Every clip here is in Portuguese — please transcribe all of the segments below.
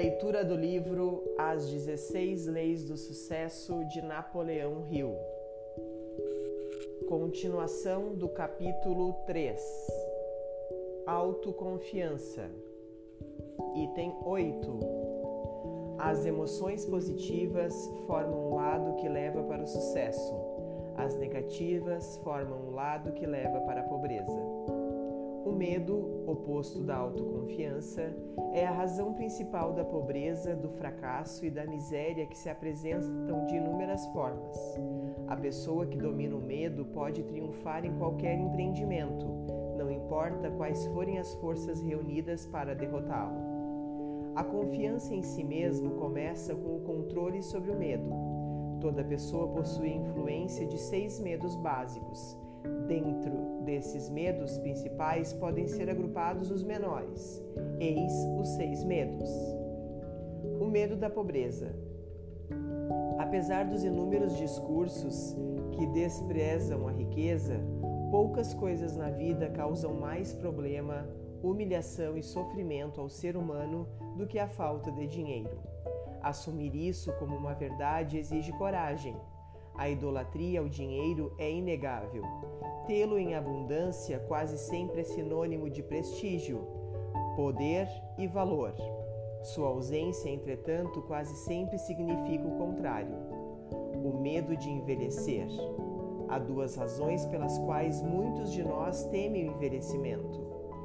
Leitura do livro As 16 Leis do Sucesso, de Napoleão Hill. Continuação do capítulo 3. Autoconfiança. Item 8. As emoções positivas formam um lado que leva para o sucesso. As negativas formam um lado que leva para a pobreza. O medo, oposto da autoconfiança, é a razão principal da pobreza, do fracasso e da miséria que se apresentam de inúmeras formas. A pessoa que domina o medo pode triunfar em qualquer empreendimento, não importa quais forem as forças reunidas para derrotá-lo. A confiança em si mesmo começa com o controle sobre o medo. Toda pessoa possui a influência de 6 medos básicos. Dentro desses medos principais podem ser agrupados os menores. Eis os 6 medos. O medo da pobreza. Apesar dos inúmeros discursos que desprezam a riqueza, poucas coisas na vida causam mais problema, humilhação e sofrimento ao ser humano do que a falta de dinheiro. Assumir isso como uma verdade exige coragem. A idolatria ao dinheiro é inegável. Tê-lo em abundância quase sempre é sinônimo de prestígio, poder e valor. Sua ausência, entretanto, quase sempre significa o contrário. O medo de envelhecer. Há 2 razões pelas quais muitos de nós temem o envelhecimento.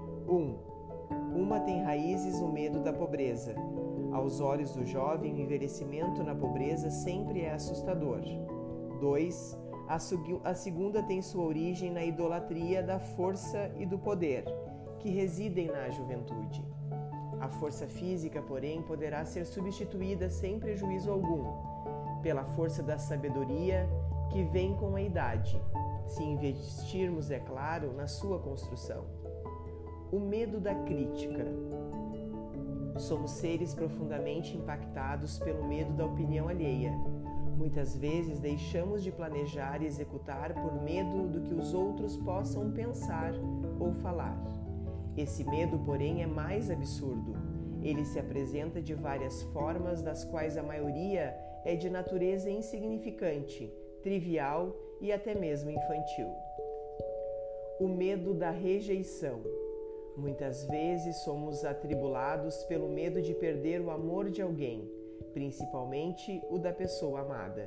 Uma tem raízes no medo da pobreza. Aos olhos do jovem, o envelhecimento na pobreza sempre é assustador. 2. A segunda tem sua origem na idolatria da força e do poder, que residem na juventude. A força física, porém, poderá ser substituída sem prejuízo algum, pela força da sabedoria que vem com a idade, se investirmos, é claro, na sua construção. O medo da crítica. Somos seres profundamente impactados pelo medo da opinião alheia. Muitas vezes deixamos de planejar e executar por medo do que os outros possam pensar ou falar. Esse medo, porém, é mais absurdo. Ele se apresenta de várias formas, das quais a maioria é de natureza insignificante, trivial e até mesmo infantil. O medo da rejeição. Muitas vezes somos atribulados pelo medo de perder o amor de alguém, principalmente o da pessoa amada.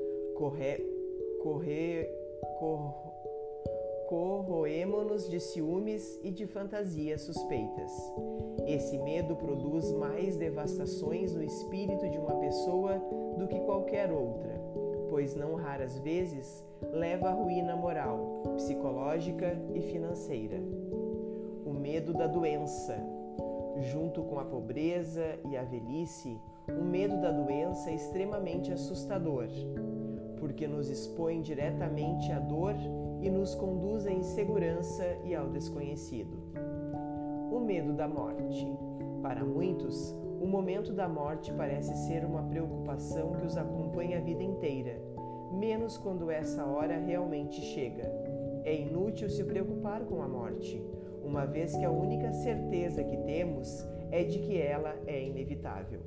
Corroemo-nos de ciúmes e de fantasias suspeitas. Esse medo produz mais devastações no espírito de uma pessoa do que qualquer outra, pois não raras vezes leva à ruína moral, psicológica e financeira. O medo da doença. Junto com a pobreza e a velhice, o medo da doença é extremamente assustador, porque nos expõe diretamente à dor e nos conduz à insegurança e ao desconhecido. O medo da morte. Para muitos, o momento da morte parece ser uma preocupação que os acompanha a vida inteira, menos quando essa hora realmente chega. É inútil se preocupar com a morte, uma vez que a única certeza que temos é de que ela é inevitável.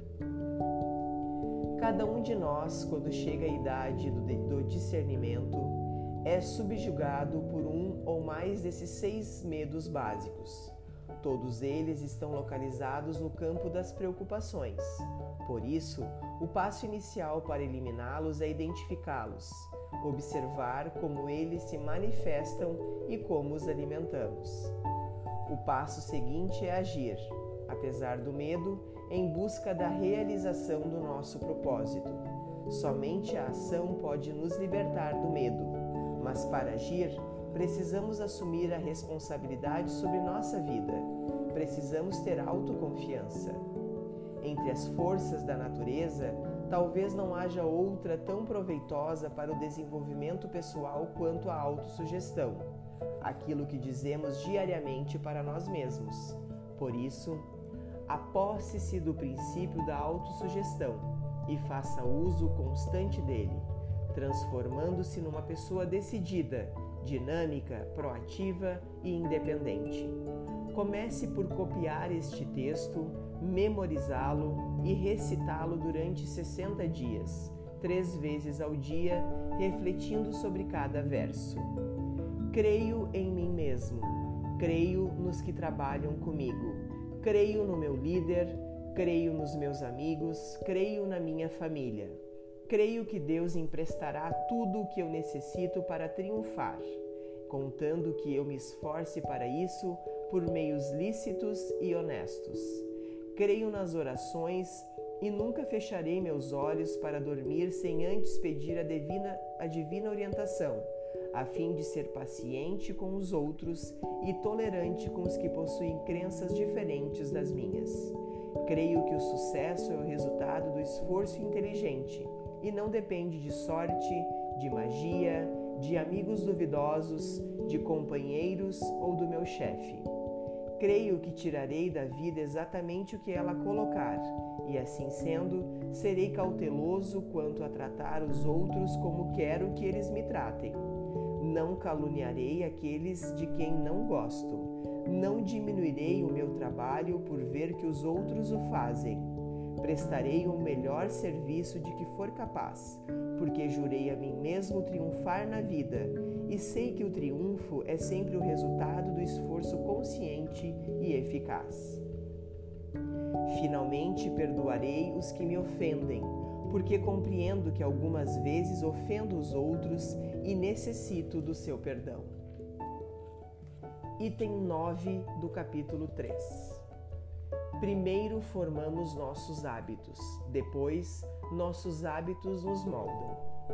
Cada um de nós, quando chega à idade do discernimento, é subjugado por um ou mais desses 6 medos básicos. Todos eles estão localizados no campo das preocupações. Por isso, o passo inicial para eliminá-los é identificá-los, observar como eles se manifestam e como os alimentamos. O passo seguinte é agir, apesar do medo, em busca da realização do nosso propósito. Somente a ação pode nos libertar do medo, mas para agir, precisamos assumir a responsabilidade sobre nossa vida. Precisamos ter autoconfiança. Entre as forças da natureza, talvez não haja outra tão proveitosa para o desenvolvimento pessoal quanto a autossugestão, aquilo que dizemos diariamente para nós mesmos. Por isso, aposse-se do princípio da autossugestão e faça uso constante dele, transformando-se numa pessoa decidida, dinâmica, proativa e independente. Comece por copiar este texto, memorizá-lo e recitá-lo durante 60 dias, 3 vezes ao dia, refletindo sobre cada verso. Creio em mim mesmo, creio nos que trabalham comigo, creio no meu líder, creio nos meus amigos, creio na minha família. Creio que Deus emprestará tudo o que eu necessito para triunfar, contando que eu me esforce para isso por meios lícitos e honestos. Creio nas orações e nunca fecharei meus olhos para dormir sem antes pedir a divina orientação, a fim de ser paciente com os outros e tolerante com os que possuem crenças diferentes das minhas. Creio que o sucesso é o resultado do esforço inteligente e não depende de sorte, de magia, de amigos duvidosos, de companheiros ou do meu chefe. Creio que tirarei da vida exatamente o que ela colocar, e assim sendo, serei cauteloso quanto a tratar os outros como quero que eles me tratem. Não caluniarei aqueles de quem não gosto. Não diminuirei o meu trabalho por ver que os outros o fazem. Prestarei o melhor serviço de que for capaz, porque jurei a mim mesmo triunfar na vida, e sei que o triunfo é sempre o resultado do esforço consciente e eficaz. Finalmente perdoarei os que me ofendem, porque compreendo que algumas vezes ofendo os outros e necessito do seu perdão. Item 9 do capítulo 3. Primeiro formamos nossos hábitos, depois nossos hábitos nos moldam.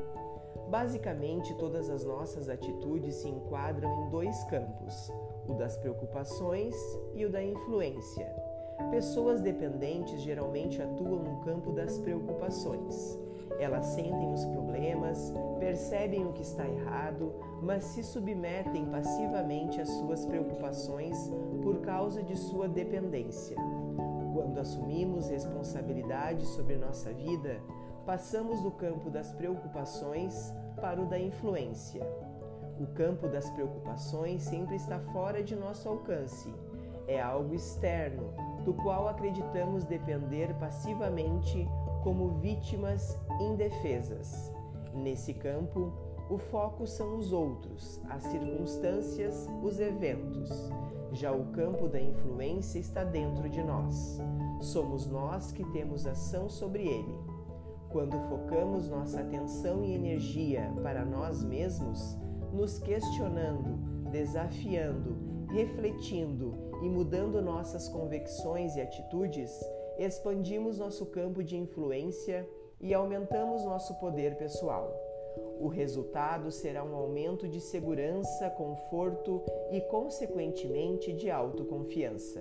Basicamente, todas as nossas atitudes se enquadram em 2 campos, o das preocupações e o da influência. Pessoas dependentes geralmente atuam no campo das preocupações. Elas sentem os problemas, percebem o que está errado, mas se submetem passivamente às suas preocupações por causa de sua dependência. Quando assumimos responsabilidade sobre nossa vida, passamos do campo das preocupações para o da influência. O campo das preocupações sempre está fora de nosso alcance. É algo externo, do qual acreditamos depender passivamente como vítimas indefesas. Nesse campo, o foco são os outros, as circunstâncias, os eventos. Já o campo da influência está dentro de nós. Somos nós que temos ação sobre ele. Quando focamos nossa atenção e energia para nós mesmos, nos questionando, desafiando, refletindo e mudando nossas convicções e atitudes, expandimos nosso campo de influência e aumentamos nosso poder pessoal. O resultado será um aumento de segurança, conforto e, consequentemente, de autoconfiança.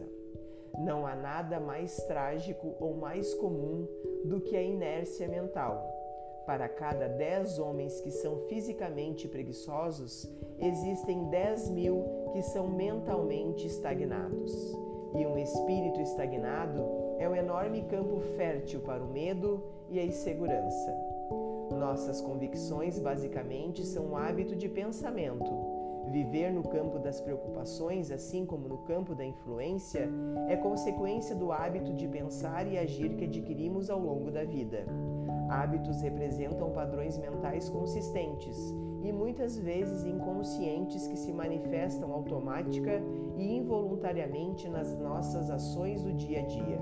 Não há nada mais trágico ou mais comum do que a inércia mental. Para cada 10 homens que são fisicamente preguiçosos, existem 10.000 que são mentalmente estagnados. E um espírito estagnado é um enorme campo fértil para o medo e a insegurança. Nossas convicções, basicamente, são um hábito de pensamento. Viver no campo das preocupações, assim como no campo da influência, é consequência do hábito de pensar e agir que adquirimos ao longo da vida. Hábitos representam padrões mentais consistentes e muitas vezes inconscientes que se manifestam automática e involuntariamente nas nossas ações do dia a dia.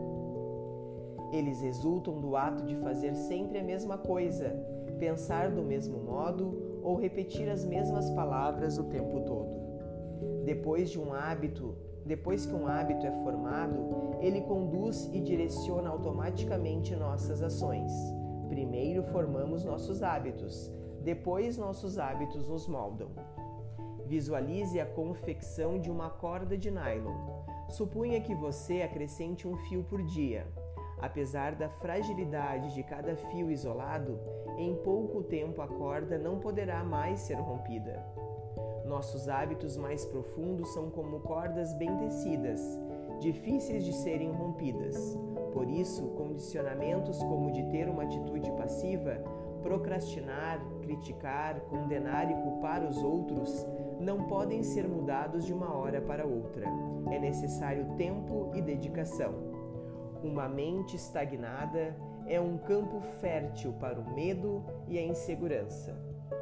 Eles resultam do ato de fazer sempre a mesma coisa, pensar do mesmo modo ou repetir as mesmas palavras o tempo todo. Depois que um hábito é formado, ele conduz e direciona automaticamente nossas ações. Primeiro formamos nossos hábitos, depois nossos hábitos nos moldam. Visualize a confecção de uma corda de nylon. Suponha que você acrescente um fio por dia. Apesar da fragilidade de cada fio isolado, em pouco tempo a corda não poderá mais ser rompida. Nossos hábitos mais profundos são como cordas bem tecidas, difíceis de serem rompidas. Por isso, condicionamentos como o de ter uma atitude passiva procrastinar, criticar, condenar e culpar os outros não podem ser mudados de uma hora para outra. É necessário tempo e dedicação. Uma mente estagnada é um campo fértil para o medo e a insegurança.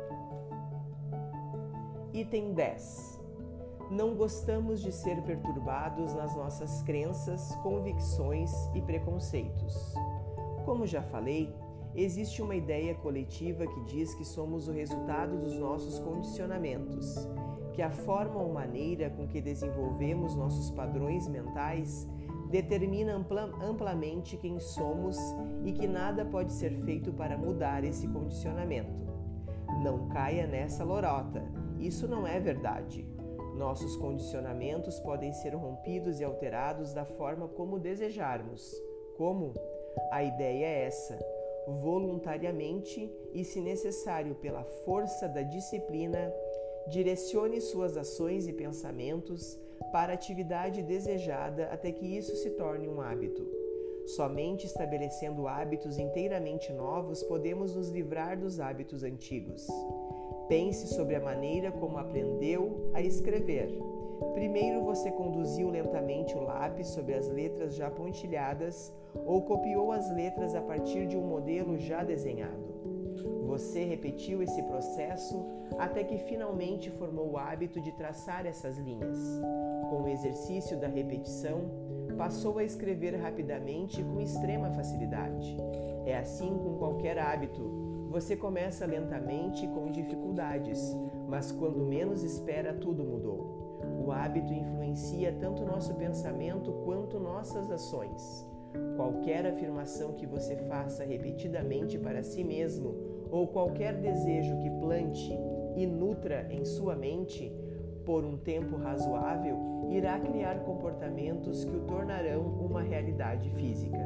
Item 10. Não gostamos de ser perturbados nas nossas crenças, convicções e preconceitos. Como já falei, existe uma ideia coletiva que diz que somos o resultado dos nossos condicionamentos, que a forma ou maneira com que desenvolvemos nossos padrões mentais determina amplamente quem somos e que nada pode ser feito para mudar esse condicionamento. Não caia nessa lorota, isso não é verdade. Nossos condicionamentos podem ser rompidos e alterados da forma como desejarmos. Como? A ideia é essa: voluntariamente e, se necessário, pela força da disciplina, direcione suas ações e pensamentos para a atividade desejada até que isso se torne um hábito. Somente estabelecendo hábitos inteiramente novos podemos nos livrar dos hábitos antigos. Pense sobre a maneira como aprendeu a escrever. Primeiro você conduziu lentamente o lápis sobre as letras já pontilhadas ou copiou as letras a partir de um modelo já desenhado. Você repetiu esse processo até que finalmente formou o hábito de traçar essas linhas. Com o exercício da repetição, passou a escrever rapidamente e com extrema facilidade. É assim com qualquer hábito. Você começa lentamente e com dificuldades, mas quando menos espera, tudo mudou. O hábito influencia tanto nosso pensamento quanto nossas ações. Qualquer afirmação que você faça repetidamente para si mesmo, ou qualquer desejo que plante e nutra em sua mente, por um tempo razoável, irá criar comportamentos que o tornarão uma realidade física.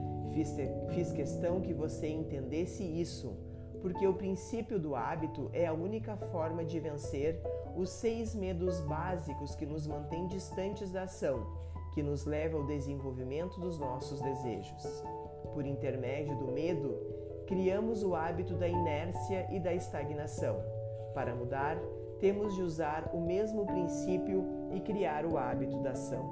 Fiz questão que você entendesse isso, porque o princípio do hábito é a única forma de vencer os 6 medos básicos que nos mantêm distantes da ação, que nos leva ao desenvolvimento dos nossos desejos. Por intermédio do medo, criamos o hábito da inércia e da estagnação. Para mudar, temos de usar o mesmo princípio e criar o hábito da ação.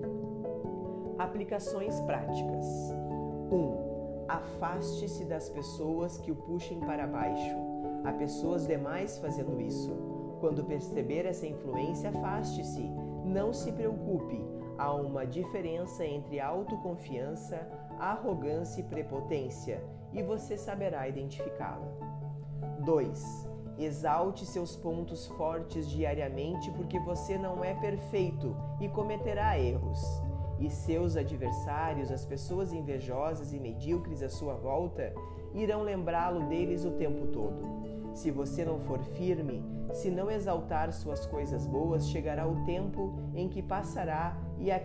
Aplicações práticas. 1. Afaste-se das pessoas que o puxem para baixo. Há pessoas demais fazendo isso. Quando perceber essa influência, afaste-se. Não se preocupe. Há uma diferença entre autoconfiança, arrogância e prepotência, e você saberá identificá-la. 2. Exalte seus pontos fortes diariamente, porque você não é perfeito e cometerá erros. E seus adversários, as pessoas invejosas e medíocres à sua volta, irão lembrá-lo deles o tempo todo. Se você não for firme, se não exaltar suas coisas boas, chegará o tempo em que passará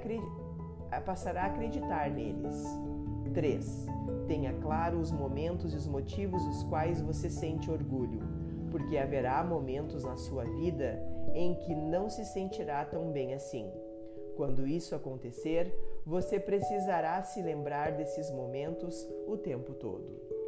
a acreditar neles. 3. Tenha claro os momentos e os motivos dos quais você sente orgulho, porque haverá momentos na sua vida em que não se sentirá tão bem assim. Quando isso acontecer, você precisará se lembrar desses momentos o tempo todo.